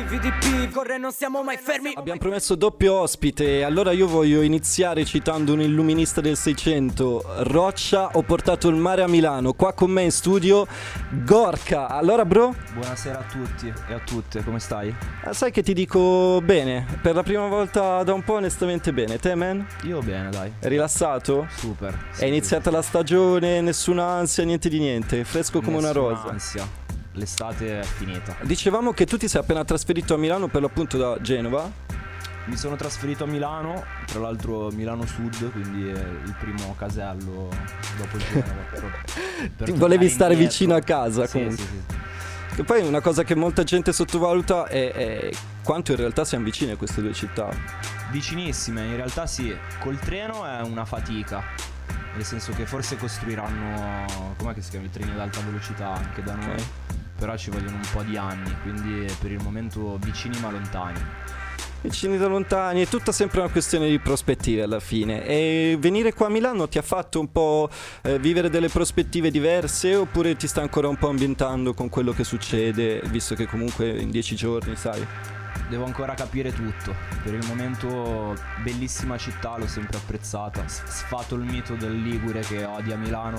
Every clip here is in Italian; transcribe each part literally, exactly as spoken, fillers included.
V D P, corre non siamo mai fermi. Abbiamo promesso doppio ospite, allora io voglio iniziare citando un illuminista del Seicento, Roccia. Ho portato il mare a Milano, qua con me in studio Gorka. Allora bro? Buonasera a tutti e a tutte, come stai? Ah, sai che ti dico bene, per la prima volta da un po' onestamente bene. Te man? Io bene, dai. È rilassato? Super. È iniziata la stagione, nessuna ansia, niente di niente, fresco come una Nessuna rosa. ansia. L'estate è finita. Dicevamo che tu ti sei appena trasferito a Milano, per l'appunto da Genova. Mi sono trasferito a Milano, tra l'altro Milano Sud, quindi è il primo casello dopo Genova. Per, per Ti volevi stare indietro. vicino a casa, Sì, comunque. sì, sì. Che poi una cosa che molta gente sottovaluta è, è quanto in realtà siamo vicini a queste due città. Vicinissime, in realtà sì. Col treno è una fatica, nel senso che forse costruiranno, com'è che si chiama, i treni ad alta velocità anche da noi, Ok. però ci vogliono un po' di anni, quindi per il momento vicini ma lontani. Vicini da lontani, è tutta sempre una questione di prospettive alla fine. E venire qua a Milano ti ha fatto un po' eh, vivere delle prospettive diverse, oppure ti sta ancora un po' ambientando con quello che succede, visto che comunque in dieci giorni, sai? Devo ancora capire tutto. Per il momento bellissima città, l'ho sempre apprezzata. S- Sfato il mito del Ligure che odia Milano,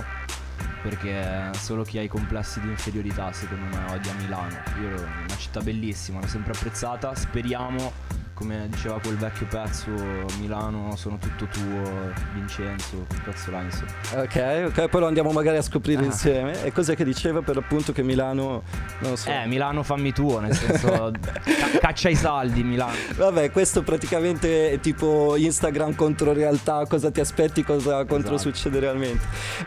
perché solo chi ha i complessi di inferiorità secondo me odia Milano. Io una città bellissima, l'ho sempre apprezzata. Speriamo, come diceva quel vecchio pezzo, Milano sono tutto tuo, Vincenzo, quel pezzo là insomma. Ok, ok, poi lo andiamo magari a scoprire Ah. insieme. E cos'è che diceva per l'appunto che Milano, non lo so. Eh, Milano fammi tuo, nel senso ca- caccia i saldi Milano. Vabbè, questo praticamente è tipo Instagram contro realtà, cosa ti aspetti, cosa contro Esatto. succede realmente.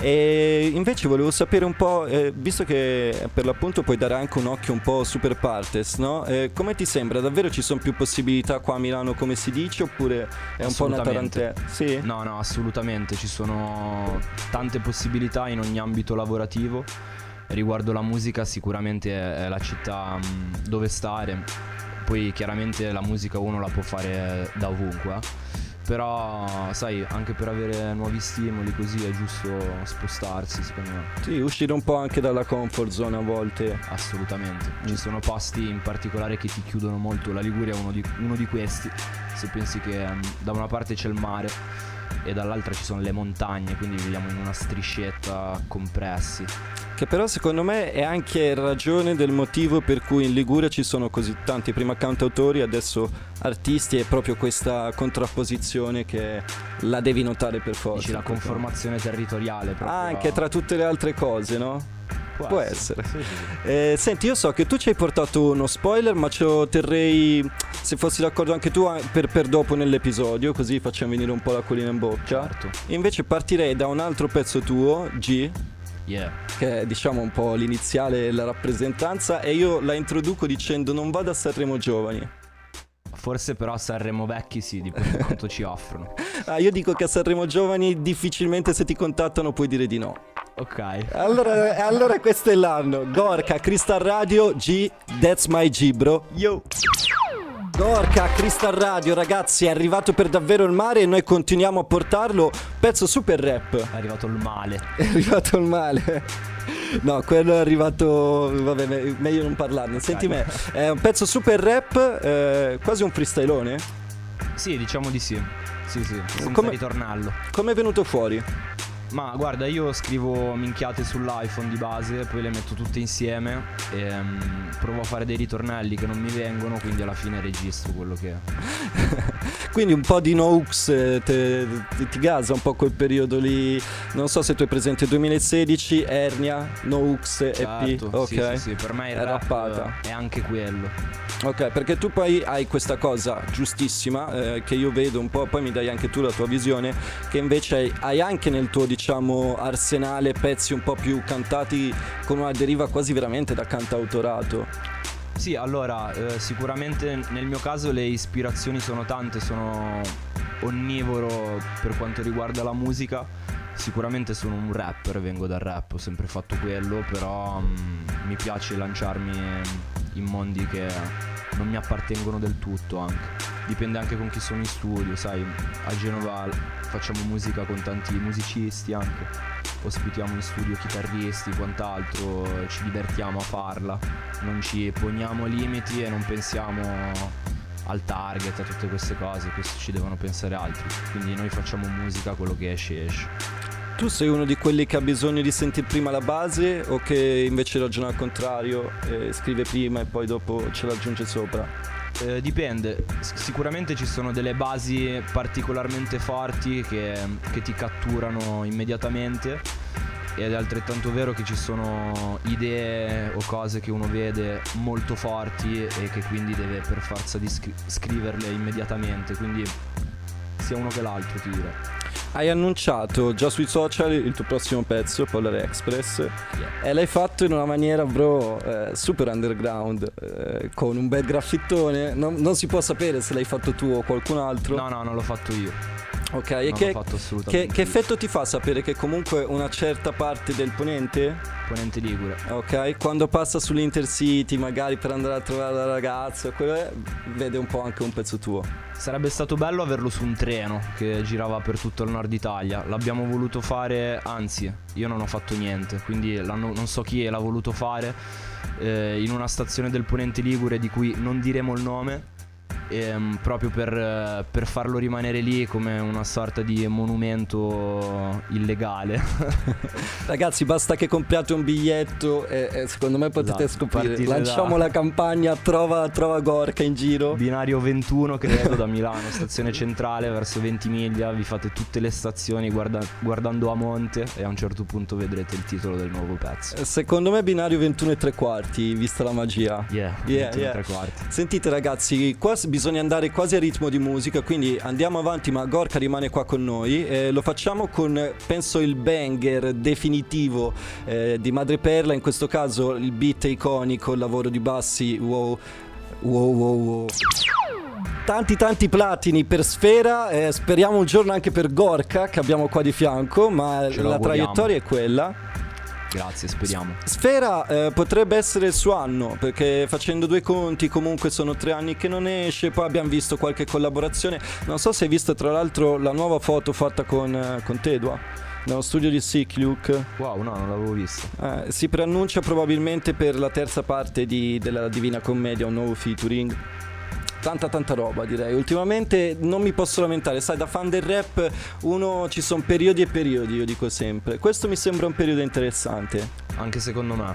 E invece volevo sapere un po', eh, visto che per l'appunto puoi dare anche un occhio un po' super partes, no? Eh, come ti sembra? Davvero ci sono più possibilità qua a Milano come si dice, oppure è un po' una Assolutamente. tarantella? Sì? No, no, assolutamente, ci sono tante possibilità in ogni ambito lavorativo. Riguardo la musica sicuramente è è la città mh, dove stare. Poi chiaramente la musica uno la può fare da ovunque, eh. Però sai, anche per avere nuovi stimoli così è giusto spostarsi, secondo me. Sì, uscire un po' anche dalla comfort zone a volte. Assolutamente. Ci sono posti in particolare che ti chiudono molto. La Liguria è uno di, uno di questi. Se pensi che um, da una parte c'è il mare e dall'altra ci sono le montagne, quindi viviamo in una striscetta compressi. Che però secondo me è anche ragione del motivo per cui in Liguria ci sono così tanti prima cantautori, adesso artisti, e proprio questa contrapposizione che la devi notare per forza. Dici la conformazione territoriale proprio. Ah, anche tra tutte le altre cose, no? Può essere. Sì, sì, sì. Eh, senti, io so che tu ci hai portato uno spoiler, ma ce lo terrei, se fossi d'accordo anche tu, a- per, per dopo nell'episodio, così facciamo venire un po' l'acquolina in bocca. Certo. Invece partirei da un altro pezzo tuo, G, Yeah. che è diciamo un po' l'iniziale, la rappresentanza, e io la introduco dicendo non vado a Sanremo Giovani. Forse però a Sanremo vecchi sì, dipende quanto ci offrono. Ah, io dico che a Sanremo Giovani difficilmente, se ti contattano, puoi dire di no. Ok. Allora, allora questo è l'anno. Gorka, Crystal Radio, G, that's my G, bro. Yo. Gorka, Crystal Radio, ragazzi, è arrivato per davvero il mare e noi continuiamo a portarlo. Pezzo super rap. È arrivato il male. È arrivato il male. No, quello è arrivato. Vabbè, me- meglio non parlarne. Senti me, è un pezzo super rap, eh, quasi un freestylone. Sì, diciamo di sì. Sì, sì, senza Come- ritornarlo. Come è venuto fuori? Ma guarda, io scrivo minchiate sull'iPhone di base, poi le metto tutte insieme e mm, provo a fare dei ritornelli che non mi vengono, quindi alla fine registro quello che è. Quindi un po' di no-hooks, eh, te- te- ti gasa un po' quel periodo lì. Non so se tu hai presente duemilasedici, Ernia, no-hooks, E P. Certo, Ok, sì, sì, sì, per me il È rap rappata. è anche quello. Ok, perché tu poi hai questa cosa giustissima, eh, che io vedo un po', poi mi dai anche tu la tua visione, che invece hai, hai anche nel tuo, diciamo, arsenale pezzi un po' più cantati con una deriva quasi veramente da cantautorato. Sì, allora, eh, sicuramente nel mio caso le ispirazioni sono tante, sono onnivoro per quanto riguarda la musica. Sicuramente sono un rapper, vengo dal rap, ho sempre fatto quello, però mm, mi piace lanciarmi in mondi che non mi appartengono del tutto anche. Dipende anche con chi sono in studio, sai, a Genova facciamo musica con tanti musicisti anche. ospitiamo in studio chitarristi, quant'altro, ci divertiamo a farla, non ci poniamo limiti e non pensiamo al target, a tutte queste cose, questo ci devono pensare altri, quindi noi facciamo musica, quello che esce esce. Tu sei uno di quelli che ha bisogno di sentire prima la base o che invece ragiona al contrario, eh, scrive prima e poi dopo ce l'aggiunge sopra? Eh, dipende, S- sicuramente ci sono delle basi particolarmente forti che, che ti catturano immediatamente, ed è altrettanto vero che ci sono idee o cose che uno vede molto forti e che quindi deve per forza di scri- scriverle immediatamente, quindi sia uno che l'altro, ti direi. Hai annunciato già sui social il tuo prossimo pezzo, Polar Express, Yeah. e l'hai fatto in una maniera, bro, eh, super underground, eh, con un bel graffittone. Non, non si può sapere se l'hai fatto tu o qualcun altro. No, no, non l'ho fatto io. Ok, e Non che, l'ho fatto che, assolutamente che io. effetto ti fa sapere che comunque una certa parte del ponente, Ponente Ligure. ok, quando passa sull'Intercity magari per andare a trovare la ragazza, quello è, vede un po' anche un pezzo tuo. Sarebbe stato bello averlo su un treno che girava per tutto il nord Italia. L'abbiamo voluto fare, anzi, io non ho fatto niente, quindi l'hanno- non so chi l'ha voluto fare, eh, in una stazione del Ponente Ligure di cui non diremo il nome, ehm, proprio per, eh, per farlo rimanere lì come una sorta di monumento illegale. Ragazzi, basta che compriate un biglietto e, e secondo me potete Esatto, scoprire. partire Lanciamo da- la campagna trova, trova Gorka in giro. Binario ventuno, credo, da Milano, stazione centrale verso Ventimiglia. Vi fate tutte le stazioni guarda- guardando a monte e a un certo punto vedrete il titolo del nuovo pezzo. Secondo me binario ventuno e tre quarti, vista la magia. Yeah, Yeah, ventuno e yeah. tre quarti. Sentite ragazzi, qua s- bisogna andare quasi a ritmo di musica, quindi andiamo avanti, ma Gorka rimane qua con noi. Eh, lo facciamo con, eh, penso, il banger definitivo eh, di Madreperla, in questo caso il beat iconico, il lavoro di bassi, wow, wow, wow, wow. Tanti tanti platini per Sfera, eh, speriamo un giorno anche per Gorka che abbiamo qua di fianco, ma Ce lo la auguriamo. traiettoria è quella. Grazie, speriamo. Sfera eh, potrebbe essere il suo anno, perché facendo due conti comunque sono tre anni che non esce. Poi abbiamo visto qualche collaborazione. Non so se hai visto tra l'altro la nuova foto fatta con, eh, con Tedua nello studio di Sick Luke. Wow, no, non l'avevo visto. Eh, si preannuncia probabilmente per la terza parte di, della Divina Commedia un nuovo featuring. Tanta tanta roba, direi. Ultimamente non mi posso lamentare, sai, da fan del rap uno ci sono periodi e periodi, io dico sempre. Questo mi sembra un periodo interessante. Anche secondo me.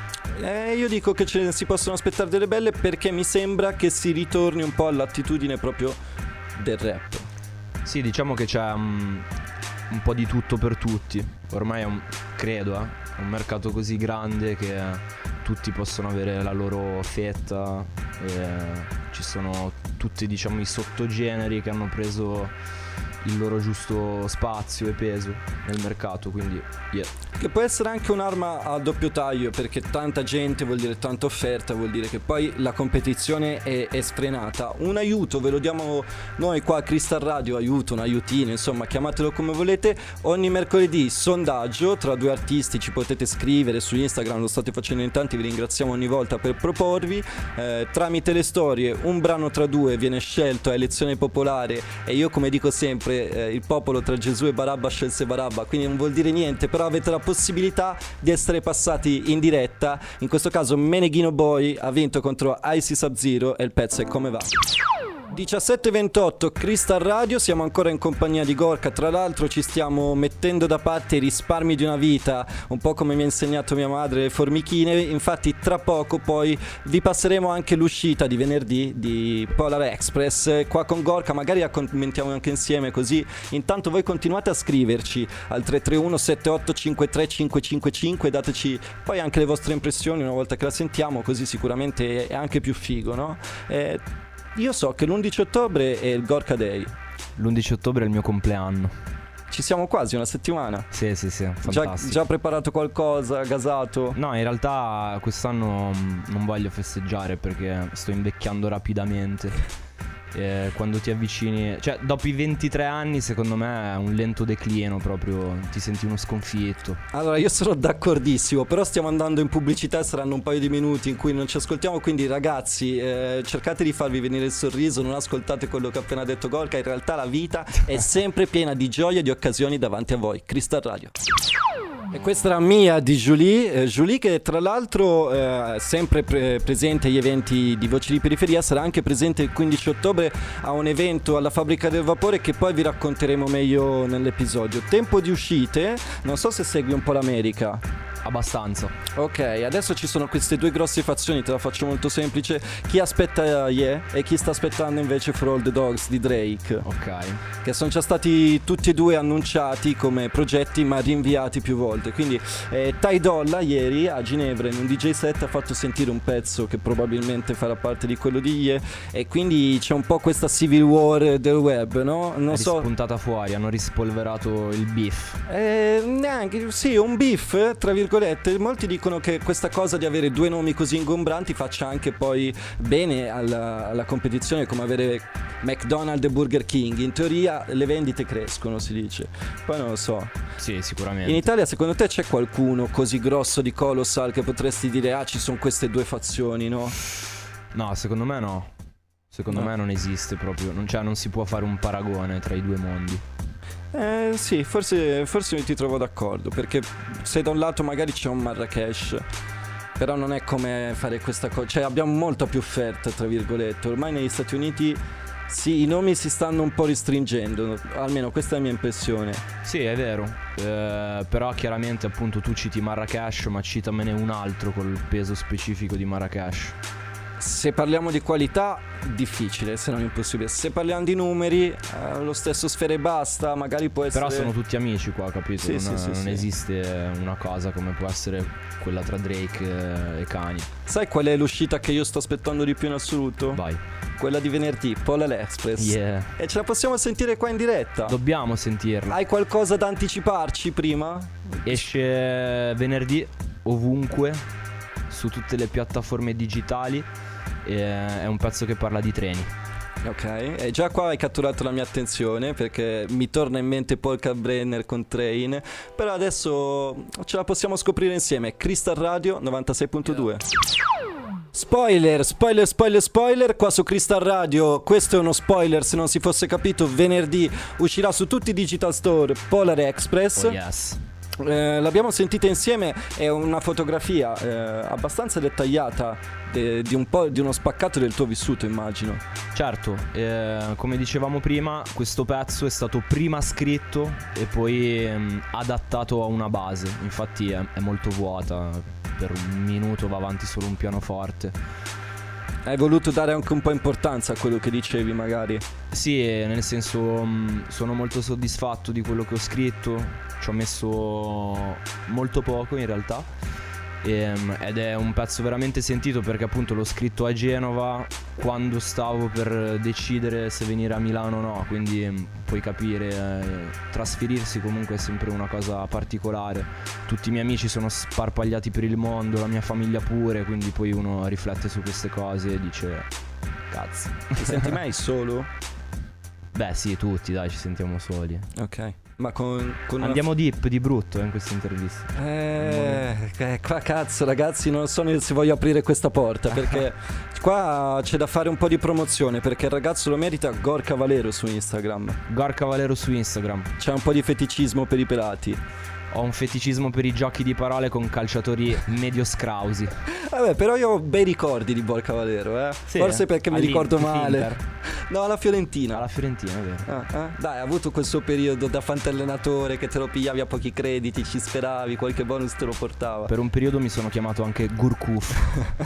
Eh, io dico che ce ne si possono aspettare delle belle, perché mi sembra che si ritorni un po' all'attitudine proprio del rap. Sì, diciamo che c'è um, un po' di tutto per tutti. Ormai è un, credo, eh, è un mercato così grande che tutti possono avere la loro fetta e ci sono tutti, diciamo, i sottogeneri che hanno preso il loro giusto spazio e peso nel mercato, quindi yeah. Che può essere anche un'arma a doppio taglio, perché tanta gente vuol dire tanta offerta, vuol dire che poi la competizione è, è sfrenata. Un aiuto ve lo diamo noi qua a Crystal Radio, aiuto, un aiutino, insomma, chiamatelo come volete. Ogni mercoledì sondaggio tra due artisti, ci potete scrivere su Instagram, lo state facendo in tanti, vi ringraziamo ogni volta per proporvi. Eh, tramite le storie un brano tra due viene scelto a elezione popolare, e io, come dico sempre, eh, il popolo tra Gesù e Barabba scelse Barabba, quindi non vuol dire niente, però avete la possibilità di essere passati in diretta. In questo caso Meneghino Boy ha vinto contro Icy Sub-Zero e il pezzo è Come Va. diciassette e ventotto Crystal Radio, siamo ancora in compagnia di Gorka. Tra l'altro ci stiamo mettendo da parte i risparmi di una vita, un po' come mi ha insegnato mia madre, le formichine. Infatti tra poco poi vi passeremo anche l'uscita di venerdì di Polar Express qua con Gorka, magari la commentiamo anche insieme, così intanto voi continuate a scriverci al tre tre uno sette otto cinque tre cinque cinque cinque, dateci poi anche le vostre impressioni una volta che la sentiamo, così sicuramente è anche più figo, no? Eh, Io so che l'undici ottobre è il Gorka Day. L'undici ottobre è il mio compleanno. Ci siamo quasi una settimana. Sì, sì, sì, Già, fantastico. già preparato qualcosa, gasato? No, in realtà quest'anno mm, non voglio festeggiare perché sto invecchiando rapidamente. E quando ti avvicini, cioè dopo i ventitré anni, secondo me è un lento declino, proprio ti senti uno sconfitto. Allora, io sono d'accordissimo, però stiamo andando in pubblicità e saranno un paio di minuti in cui non ci ascoltiamo, quindi ragazzi, eh, cercate di farvi venire il sorriso, non ascoltate quello che ha appena detto Gorka. In realtà la vita è sempre piena di gioia e di occasioni davanti a voi. Crystal Radio. E questa era Mia di Julie, eh, Julie che tra l'altro eh, sempre pre- presente agli eventi di Voci di Periferia, sarà anche presente il quindici ottobre a un evento alla Fabbrica del Vapore che poi vi racconteremo meglio nell'episodio. Tempo di uscite, non so se segui un po' l'America. Abbastanza. Ok, adesso ci sono queste due grosse fazioni, te la faccio molto semplice. Chi aspetta Yeah e chi sta aspettando invece For All The Dogs di Drake. Ok. Che sono già stati tutti e due annunciati come progetti ma rinviati più volte. Quindi eh, Ty Dolla ieri a Ginevra in un D J set ha fatto sentire un pezzo che probabilmente farà parte di quello di Yeah. E quindi c'è un po' questa civil war del web, no? Non È so. rispuntata fuori, hanno rispolverato il beef. Eh, neanche, sì, un beef, tra virgolette. Molti dicono che questa cosa di avere due nomi così ingombranti faccia anche poi bene alla, alla competizione, come avere McDonald's e Burger King. In teoria le vendite crescono, si dice. Poi non lo so. Sì, sicuramente. In Italia secondo te c'è qualcuno così grosso di Colossal che potresti dire ah ci sono queste due fazioni, no? No, secondo me no. Secondo No. me non esiste proprio, non, cioè non si può fare un paragone tra i due mondi. Eh sì, forse, forse ti trovo d'accordo, perché se da un lato magari c'è un Marrakesh, però non è come fare questa cosa, cioè abbiamo molta più offerta, tra virgolette. Ormai negli Stati Uniti sì, i nomi si stanno un po' ristringendo, almeno questa è la mia impressione. Sì, è vero, eh, però chiaramente appunto tu citi Marrakesh, ma citamene un altro col peso specifico di Marrakesh. Se parliamo di qualità, difficile, se non impossibile. Se parliamo di numeri, eh, lo stesso Sfera e Basta, magari può essere. Però sono tutti amici qua, capito? Sì, non sì, sì, non sì. esiste una cosa come può essere quella tra Drake e Kanye. Sai qual è l'uscita che io sto aspettando di più in assoluto? Vai. Quella di venerdì, Polar Express. Yeah. E ce la possiamo sentire qua in diretta. Dobbiamo sentirla. Hai qualcosa da anticiparci prima? Esce venerdì ovunque, su tutte le piattaforme digitali. E è un pezzo che parla di treni. Ok, e già qua hai catturato la mia attenzione perché mi torna in mente Paul Kalkbrenner con Train. Però adesso ce la possiamo scoprire insieme. Crystal Radio novantasei virgola due. Spoiler, spoiler, spoiler, spoiler. Qua su Crystal Radio, questo è uno spoiler se non si fosse capito. Venerdì uscirà su tutti i digital store Polar Express. Oh yes. Eh, l'abbiamo sentita insieme, è una fotografia eh, abbastanza dettagliata de, di, un po', di uno spaccato del tuo vissuto, immagino. Certo, eh, come dicevamo prima, questo pezzo è stato prima scritto e poi ehm, adattato a una base. Infatti è, è molto vuota, per un minuto va avanti solo un pianoforte. Hai voluto dare anche un po' importanza a quello che dicevi, magari. Sì, nel senso mh, sono molto soddisfatto di quello che ho scritto. Ci ho messo molto poco in realtà. Ehm, ed è un pezzo veramente sentito perché appunto l'ho scritto a Genova quando stavo per decidere se venire a Milano o no. Quindi mh, puoi capire, eh, trasferirsi comunque è sempre una cosa particolare. Tutti i miei amici sono sparpagliati per il mondo, la mia famiglia pure. Quindi poi uno riflette su queste cose e dice cazzo. Ti senti mai solo? Beh sì, tutti dai, ci sentiamo soli. Ok. Ma con, con Andiamo deep di brutto eh, in questa intervista. una... Eh, eh, qua cazzo ragazzi, non so se voglio aprire questa porta perché qua c'è da fare un po' di promozione perché il ragazzo lo merita. Gorka Valero su Instagram. Gorka Valero su Instagram. C'è un po' di feticismo per i pelati. Ho un feticismo per i giochi di parole con calciatori medio scrausi. Vabbè, però io ho bei ricordi di Borca Valero, eh. Sì, Forse eh? perché mi All'Inter, ricordo male. Inter. No, alla Fiorentina. Alla Fiorentina, è vero. Ah, ah. Dai, ha avuto quel suo periodo da fantallenatore che te lo pigliavi a pochi crediti, ci speravi, qualche bonus te lo portava. Per un periodo mi sono chiamato anche Gurkuf.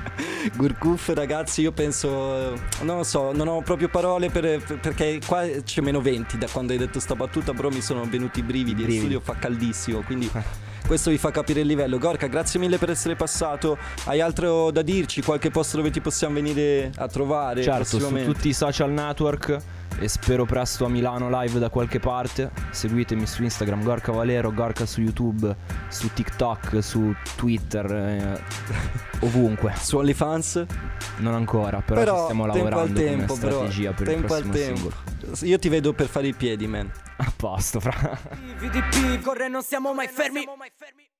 Gurkuf, ragazzi, io penso, non lo so, non ho proprio parole per, per- perché qua c'è meno venti da quando hai detto sta battuta, però mi sono venuti i brividi, il Brividi. studio fa caldissimo, quindi questo vi fa capire il livello. Gorka, grazie mille per essere passato. Hai altro da dirci? Qualche posto dove ti possiamo venire a trovare Certo, su prossimamente? tutti i social network. E spero presto a Milano live da qualche parte. Seguitemi su Instagram, Gorka Valero, Gorka su YouTube, su TikTok, su Twitter, eh, ovunque. Su OnlyFans? Non ancora, però, Però ci stiamo tempo al lavorando tempo, come bro. strategia per Tempo il al prossimo tempo. singolo. Io ti vedo per fare i piedi, man. A posto, fra. V D P, corre, non siamo mai fermi.